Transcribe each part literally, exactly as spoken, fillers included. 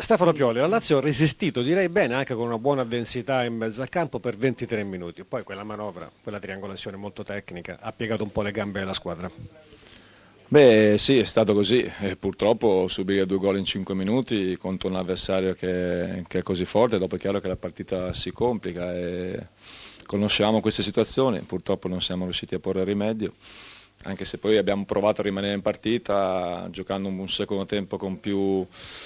Stefano Pioli, la Lazio ha resistito, direi bene, anche con una buona densità in mezzo al campo per ventitré minuti. Poi quella manovra, quella triangolazione molto tecnica, ha piegato un po' le gambe della squadra. Beh sì, è stato così, e purtroppo subire due gol in cinque minuti contro un avversario che, che è così forte, dopo è chiaro che la partita si complica e conosciamo queste situazioni, purtroppo non siamo riusciti a porre rimedio, anche se poi abbiamo provato a rimanere in partita giocando un secondo tempo con più...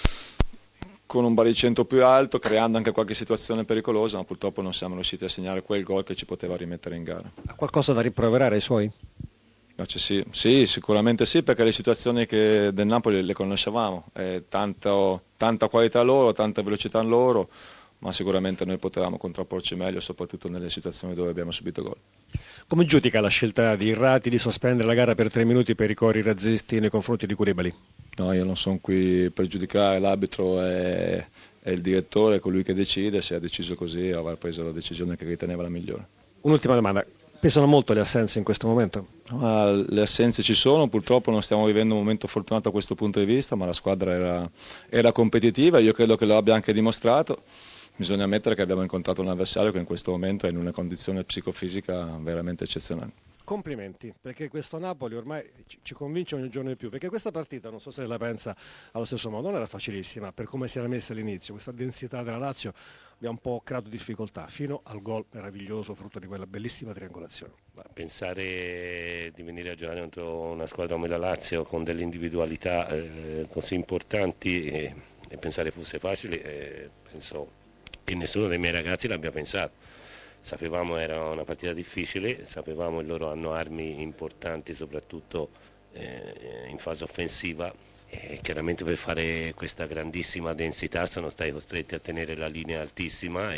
con un baricentro più alto, creando anche qualche situazione pericolosa, ma purtroppo non siamo riusciti a segnare quel gol che ci poteva rimettere in gara. Ha qualcosa da rimproverare ai suoi? Sì, sì, sicuramente sì, perché le situazioni che del Napoli le conoscevamo, eh, tanto, tanta qualità loro, tanta velocità loro, ma sicuramente noi potevamo contrapporci meglio, soprattutto nelle situazioni dove abbiamo subito gol. Come giudica la scelta di Irrati di sospendere la gara per tre minuti per i cori razzisti nei confronti di Koulibaly? No, io non sono qui per giudicare, l'arbitro è, è il direttore, è colui che decide, se ha deciso così avrà preso la decisione che riteneva la migliore. Un'ultima domanda. Pesano molto le assenze in questo momento? Ah, le assenze ci sono, purtroppo non stiamo vivendo un momento fortunato da questo punto di vista, ma la squadra era, era competitiva, io credo che lo abbia anche dimostrato. Bisogna ammettere che abbiamo incontrato un avversario che in questo momento è in una condizione psicofisica veramente eccezionale. Complimenti, perché questo Napoli ormai ci convince ogni giorno di più, perché questa partita, non so se la pensa allo stesso modo, non era facilissima per come si era messa all'inizio, questa densità della Lazio vi ha un po' creato difficoltà, fino al gol meraviglioso frutto di quella bellissima triangolazione. Ma pensare di venire a giocare contro una squadra come la Lazio con delle individualità eh, così importanti e, e pensare fosse facile, eh, penso che nessuno dei miei ragazzi l'abbia pensato. Sapevamo era una partita difficile, sapevamo che loro hanno armi importanti soprattutto eh, in fase offensiva e chiaramente per fare questa grandissima densità sono stati costretti a tenere la linea altissima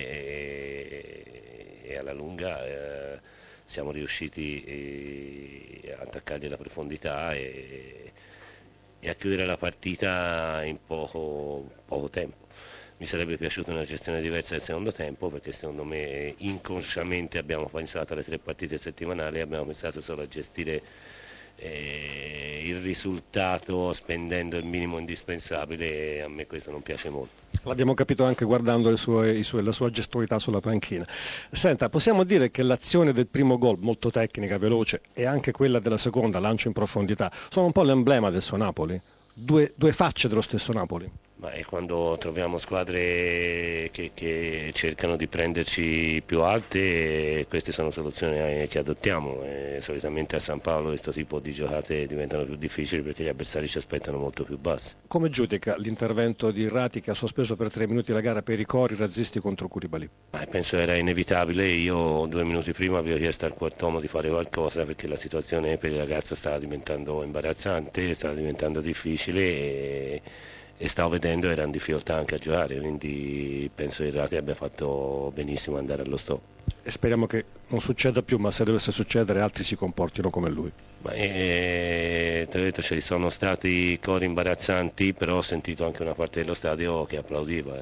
e, e alla lunga eh, siamo riusciti eh, a attaccargli la profondità e, e a chiudere la partita in poco, poco tempo. Mi sarebbe piaciuta una gestione diversa del secondo tempo perché secondo me inconsciamente abbiamo pensato alle tre partite settimanali e abbiamo pensato solo a gestire eh, il risultato spendendo il minimo indispensabile e a me questo non piace molto. L'abbiamo capito anche guardando le sue, i suoi, la sua gestualità sulla panchina. Senta, possiamo dire che l'azione del primo gol, molto tecnica, veloce, e anche quella della seconda, lancio in profondità, sono un po' l'emblema del suo Napoli? Due, due facce dello stesso Napoli? Ma è quando troviamo squadre che, che cercano di prenderci più alte, e queste sono soluzioni che adottiamo. E solitamente a San Paolo questo tipo di giocate diventano più difficili perché gli avversari ci aspettano molto più bassi. Come giudica l'intervento di Irrati che ha sospeso per tre minuti la gara per i cori razzisti contro Koulibaly? Ma penso era inevitabile, io due minuti prima avevo chiesto al quartuomo di fare qualcosa perché la situazione per il ragazzo stava diventando imbarazzante, stava diventando difficile e... e stavo vedendo era in difficoltà anche a giocare, quindi penso che Irrati abbia fatto benissimo ad andare allo stop. E speriamo che non succeda più, ma se dovesse succedere altri si comportino come lui. Ma eh, te l'ho detto, ci sono stati cori imbarazzanti, però ho sentito anche una parte dello stadio che applaudiva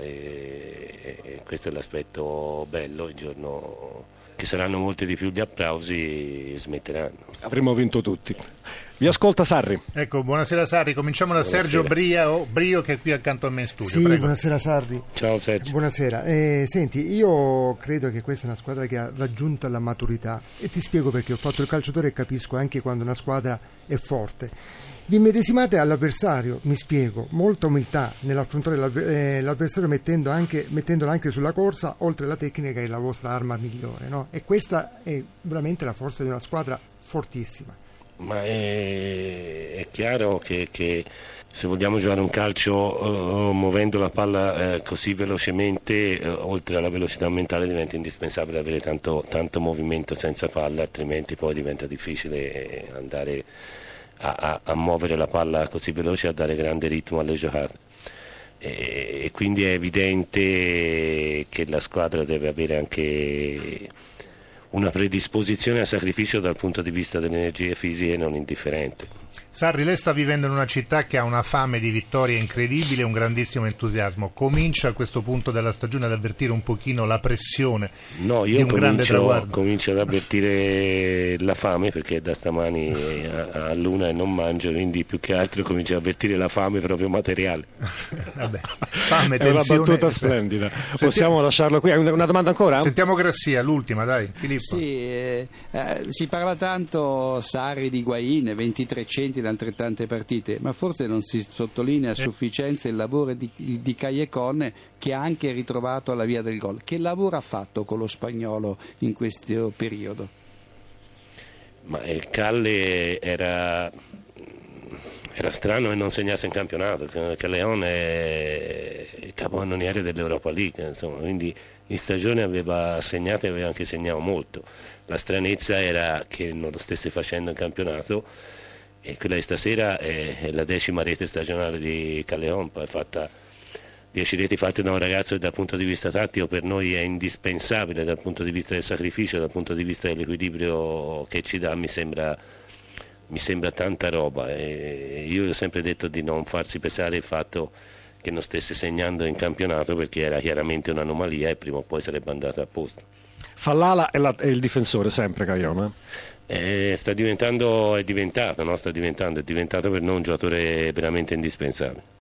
e, e questo è l'aspetto bello, il giorno che saranno molti di più gli applausi smetteranno. Avremmo vinto tutti. Vi ascolta Sarri. Ecco, buonasera Sarri, cominciamo da Buonasera. Sergio Brio, Brio che è qui accanto a me in studio. Sì, Prego. buonasera Sarri. Ciao Sergio. Buonasera. Eh, senti, io credo che questa è una squadra che ha raggiunto la maturità e ti spiego perché ho fatto il calciatore e capisco anche quando una squadra è forte. Vi immedesimate all'avversario, mi spiego, molta umiltà nell'affrontare l'avver- eh, l'avversario mettendo anche, mettendolo anche sulla corsa, oltre alla tecnica che è la vostra arma migliore, no? E questa è veramente la forza di una squadra fortissima. Ma è, è chiaro che, che se vogliamo giocare un calcio uh, muovendo la palla uh, così velocemente, uh, oltre alla velocità mentale diventa indispensabile avere tanto, tanto movimento senza palla, altrimenti poi diventa difficile andare a, a, a muovere la palla così veloce e a dare grande ritmo alle giocate. E, e quindi è evidente che la squadra deve avere anche una predisposizione al sacrificio dal punto di vista delle energie fisiche non indifferente. Sarri, lei sta vivendo in una città che ha una fame di vittorie incredibile e un grandissimo entusiasmo. Comincia a questo punto della stagione ad avvertire un pochino la pressione no, io di un grande traguardo? Comincio ad avvertire la fame, perché da stamani a, a luna e non mangio, quindi più che altro comincio ad avvertire la fame proprio materiale. Vabbè, fame, è una tensione. battuta splendida. Possiamo lasciarlo qui? Una, una domanda ancora? Sentiamo Grassia, l'ultima, dai, Filippo. Sì, eh, eh, si parla tanto, Sarri, di Higuaín, ventitré centri da altrettante partite, ma forse non si sottolinea a sufficienza il lavoro di, di Callejon, che ha anche ritrovato la via del gol. Che lavoro ha fatto con lo spagnolo in questo periodo? Ma il Calle era, era strano che non segnasse in campionato. Callejon è il capocannoniere dell'Europa League, insomma, quindi in stagione aveva segnato e aveva anche segnato molto. La stranezza era che non lo stesse facendo in campionato, e quella di stasera è, è la decima rete stagionale di Callejon, poi fatta dieci reti fatte da un ragazzo che dal punto di vista tattico per noi è indispensabile, dal punto di vista del sacrificio, dal punto di vista dell'equilibrio che ci dà, mi sembra, mi sembra tanta roba. E io ho sempre detto di non farsi pesare il fatto che non stesse segnando in campionato, perché era chiaramente un'anomalia e prima o poi sarebbe andato a posto. Fa l'ala e, la, e il difensore sempre, Callejon, eh? Eh, sta diventando, è diventato, no? sta diventando, è diventato per noi un giocatore veramente indispensabile.